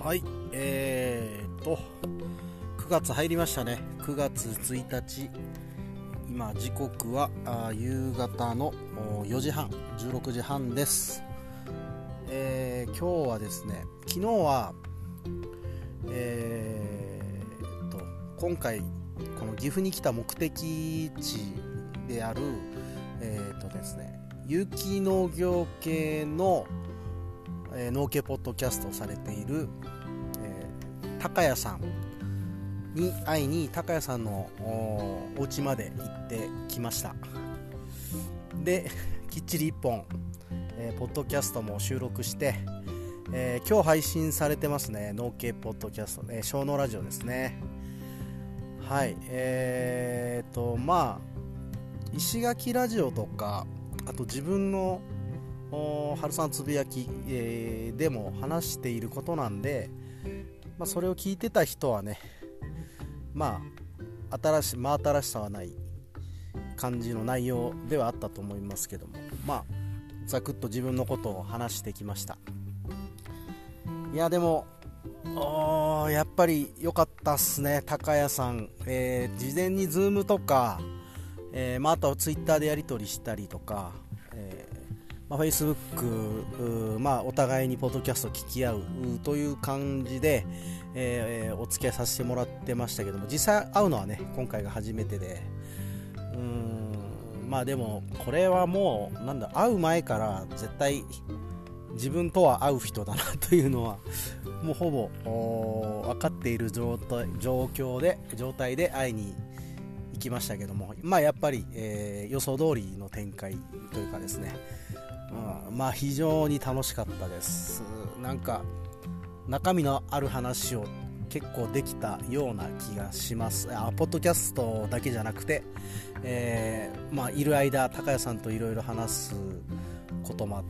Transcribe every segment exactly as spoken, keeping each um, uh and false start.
はい、えーとくがつ入りましたね。くがつついたち、今時刻はあ夕方のよじはん、じゅうろくじはんです。えー、今日はですね、昨日はえーと今回この岐阜に来た目的地であるえーとですね有機農業系の、えー、農系ポッドキャストをされている、えー、高谷さんに会いに高谷さんの お, お家まで行ってきました。できっちりいっぽん、えー、ポッドキャストも収録して、えー、今日配信されてますね。農系ポッドキャスト、えー、小農ラジオですね。はい、えーとまあ石垣ラジオとか、あと自分の春さんつぶやき、えー、でも話していることなんで、まあ、それを聞いてた人はね、まあ新しい真新しさはない感じの内容ではあったと思いますけども、まあざくっと自分のことを話してきました。いやでもやっぱり良かったっすね。高谷さん、えー、事前にズームとか、えーまあ、あとはツイッターでやり取りしたりとか、えーまあ、Facebook、まあ、お互いにポッドキャスト聞き合うという感じで、えー、お付き合いさせてもらってましたけども、実際会うのはね今回が初めてで、うーんまあでもこれはもうなんだ会う前から絶対自分とは会う人だなというのはもうほぼ分かっている状態、状況で状態で会いに行きましたけども、まあやっぱり、えー、予想通りの展開というかですね、うん、まあ非常に楽しかったです。なんか中身のある話を結構できたような気がします。あポッドキャストだけじゃなくて、えーまあ、いる間高谷さんといろいろ話すこともあって、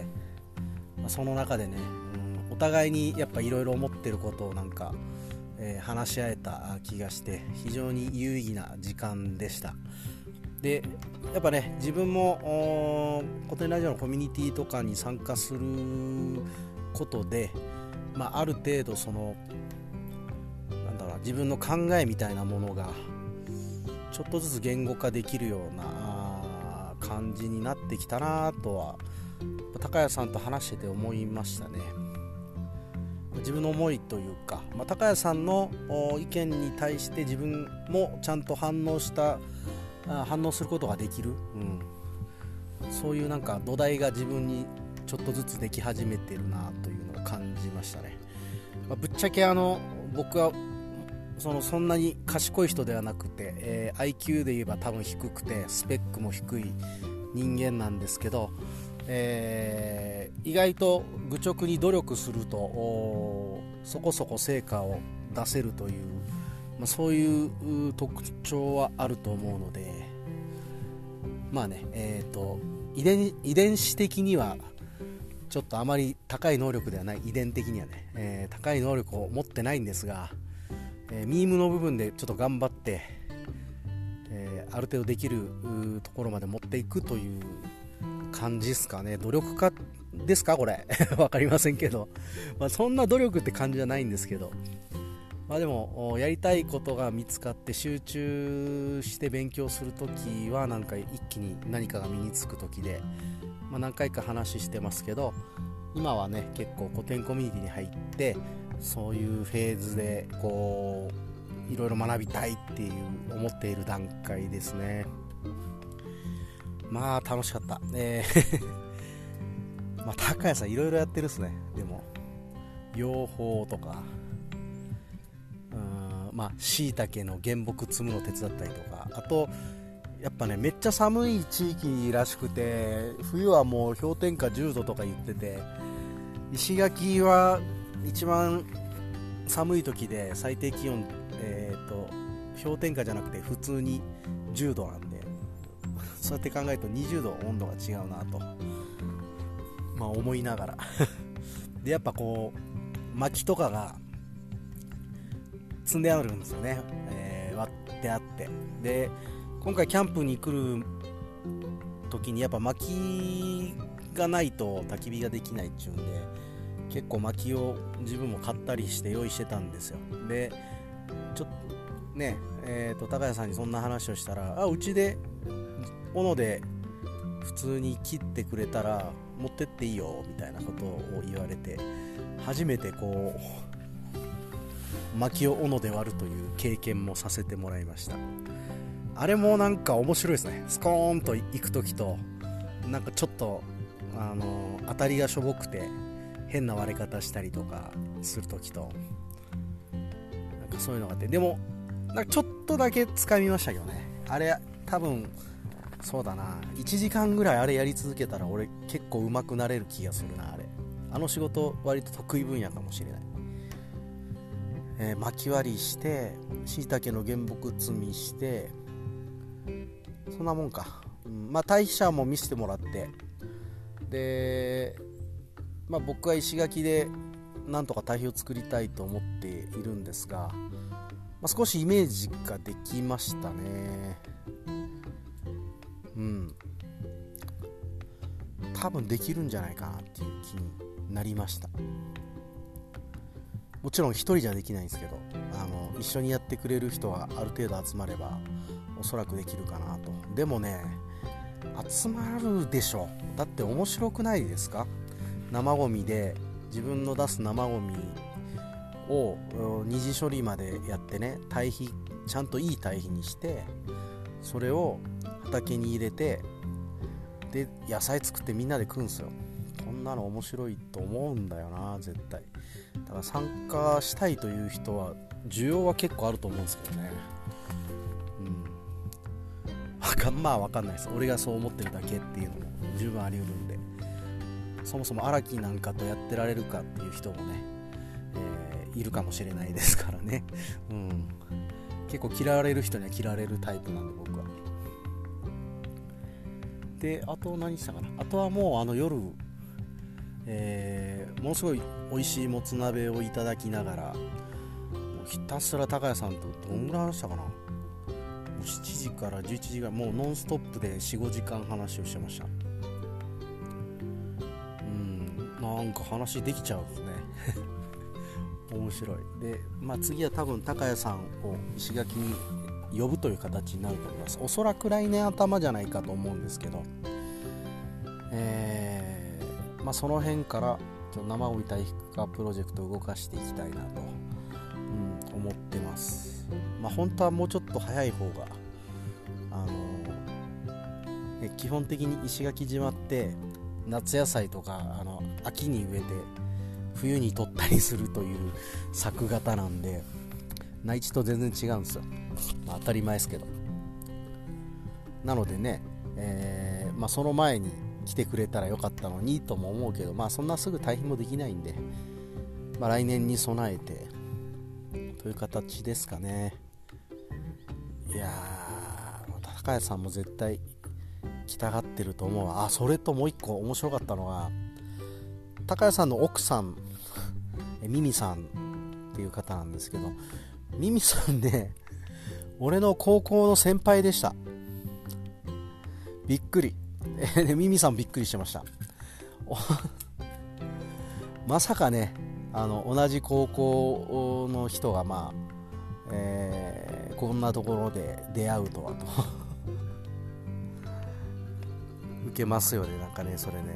その中でね、うん、お互いにやっぱいろいろ思ってることをなんかえー、話し合えた気がして非常に有意義な時間でした。でやっぱね自分も古典ラジオのコミュニティとかに参加することで、まあ、ある程度そのなんだろう自分の考えみたいなものがちょっとずつ言語化できるような感じになってきたなとは高谷さんと話してて思いましたね。自分の思いというか、まあ、高谷さんの意見に対して自分もちゃんと反応した反応することができる、うん、そういうなんか土台が自分にちょっとずつでき始めてるなというのを感じましたね。まあ、ぶっちゃけあの僕はそのそんなに賢い人ではなくて、えー、アイキュー で言えば多分低くてスペックも低い人間なんですけど、えー、意外と愚直に努力するとそこそこ成果を出せるという、まあ、そういう特徴はあると思うので、まあね、えーと、遺伝、遺伝子的にはちょっとあまり高い能力ではない、遺伝的にはね、えー、高い能力を持ってないんですが、えー、ミームの部分でちょっと頑張って、えー、ある程度できるところまで持っていくという感じですかね。努力家ですかこれわかりませんけど、まあ、そんな努力って感じじゃないんですけど、まあ、でもやりたいことが見つかって集中して勉強するときはなんか一気に何かが身につくときで、まあ、何回か話してますけど、今はね結構古典コミュニティに入ってそういうフェーズでこういろいろ学びたいっていう思っている段階ですね。まあ楽しかった、えーまあ、高谷さんいろいろやってるっすね。でも養蜂とか、うーんまあ椎茸の原木摘むの手伝ったりとか、あとやっぱねめっちゃ寒い地域らしくて、冬はもう氷点下じゅうどとか言ってて、石垣は一番寒い時で最低気温、えーと氷点下じゃなくて普通にじゅうどなんで、そうやって考えるとにじゅうど温度が違うなと、まあ、思いながらでやっぱこう薪とかが積んであるんですよね、えー、割ってあって、で今回キャンプに来る時にやっぱ薪がないと焚き火ができないっちゅうんで、 結構薪を自分も買ったりして用意してたんですよ。でちょっとねえーと高谷さんにそんな話をしたら、あうちで斧で普通に切ってくれたら持ってっていいよみたいなことを言われて、初めてこう薪を斧で割るという経験もさせてもらいました。あれもなんか面白いですね。スコーンと行くときと、なんかちょっとあの当たりがしょぼくて変な割れ方したりとかするときと、なんかそういうのがあって、でもなんかちょっとだけ掴みましたけどね。あれ多分そうだな、いちじかんぐらいあれやり続けたら俺結構上手くなれる気がするな。あれあの仕事割と得意分野かもしれない。えー、薪割りして椎茸の原木積みして、そんなもんか、うん、まあ堆肥車も見せてもらって、で、まあ、僕は石垣でなんとか堆肥を作りたいと思っているんですが、まあ、少しイメージができましたね。うん、多分できるんじゃないかなっていう気になりました。もちろん一人じゃできないんですけど、あの一緒にやってくれる人はある程度集まればおそらくできるかなと。でもね、集まるでしょ。だって面白くないですか？生ゴミで自分の出す生ゴミを二次処理までやってね、堆肥ちゃんといい堆肥にして、それを畑に入れて、で野菜作ってみんなで食うんすよ。こんなの面白いと思うんだよな、絶対。だから参加したいという人は需要は結構あると思うんですけどね。うん、わかんまあわかんないです。俺がそう思ってるだけっていうのも十分あり得るんで、そもそも荒木なんかとやってられるかっていう人もね、えー、いるかもしれないですからね。うん、結構嫌われる人には嫌われるタイプなんで僕は。で、あと何したかな。あとはもうあの夜、えー、ものすごい美味しいもつ鍋をいただきながら、もうひたすら高谷さんとどんぐらい話したかな。もうしちじからじゅういちじぐらい、もうノンストップで よん,ご 時間話をしてました。うん、なんか話できちゃうんですね。面白い。で、まあ、次は多分高谷さんを石垣に呼ぶという形になると思います。おそらく来年頭じゃないかと思うんですけど、えーまあ、その辺からちょっと生ゴミ堆肥化プロジェクトを動かしていきたいなと、うん、思ってます。まあ、本当はもうちょっと早い方が、あのー、基本的に石垣島って夏野菜とかあの秋に植えて冬に取ったりするという作型なんで、内地と全然違うんですよ。まあ、当たり前ですけど。なのでね、えーまあ、その前に来てくれたらよかったのにとも思うけど、まあそんなすぐ堆肥もできないんで、まあ、来年に備えてという形ですかね。いやー、高谷さんも絶対来たがってると思うわ。あ、それともう一個面白かったのが、高谷さんの奥さんミミさんっていう方なんですけど、ミミさんね、俺の高校の先輩でした。びっくり。でミミさんびっくりしてました。まさかね、あの同じ高校の人がまあ、えー、こんなところで出会うとはと。受けますよね、なんかね、それね。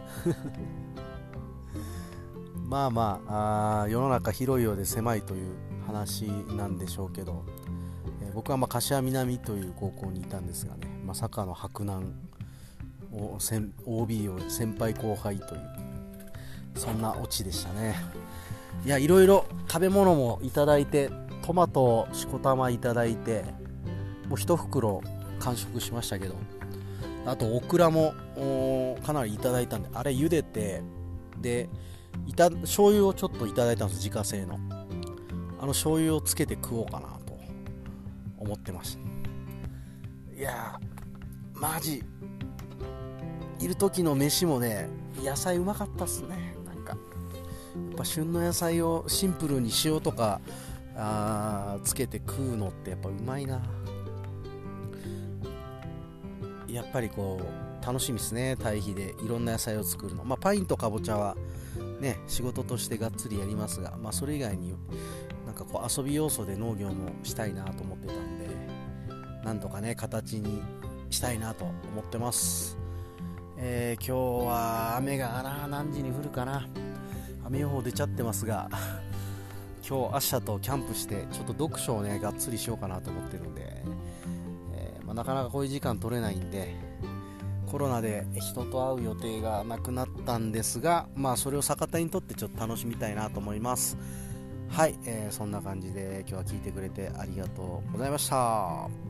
まあまあ、あ世の中広いようで狭いという話なんでしょうけど、えー、僕はまあ柏南という高校にいたんですがね、まさかの白南を オービー を先輩後輩という、そんなオチでしたね。いや、いろいろ食べ物もいただいて、トマトしこたまいただいて、もう一袋完食しましたけど、あとオクラもかなりいただいたんで、あれ茹でて、でいた醤油をちょっといただいたんです、自家製の。あの醤油をつけて食おうかなと思ってました。いやー、マジいる時の飯もね、野菜うまかったっすね。なんかやっぱ旬の野菜をシンプルに塩とかあつけて食うのってやっぱうまいな。やっぱりこ楽しみですね。堆肥でいろんな野菜を作るの、まあ、パインとかぼちゃはね仕事としてがっつりやりますが、まあ、それ以外になんかこう遊び要素で農業もしたいなと思ってたんで、なんとかね形にしたいなと思ってます。えー、今日は雨がな何時に降るかな、雨予報出ちゃってますが今日明日とキャンプしてちょっと読書をねがっつりしようかなと思ってるんで、えーまあ、なかなかこういう時間取れないんで、コロナで人と会う予定がなくなったんですが、まあそれを逆手にとってちょっと楽しみたいなと思います。はい、えー、そんな感じで今日は聞いてくれてありがとうございました。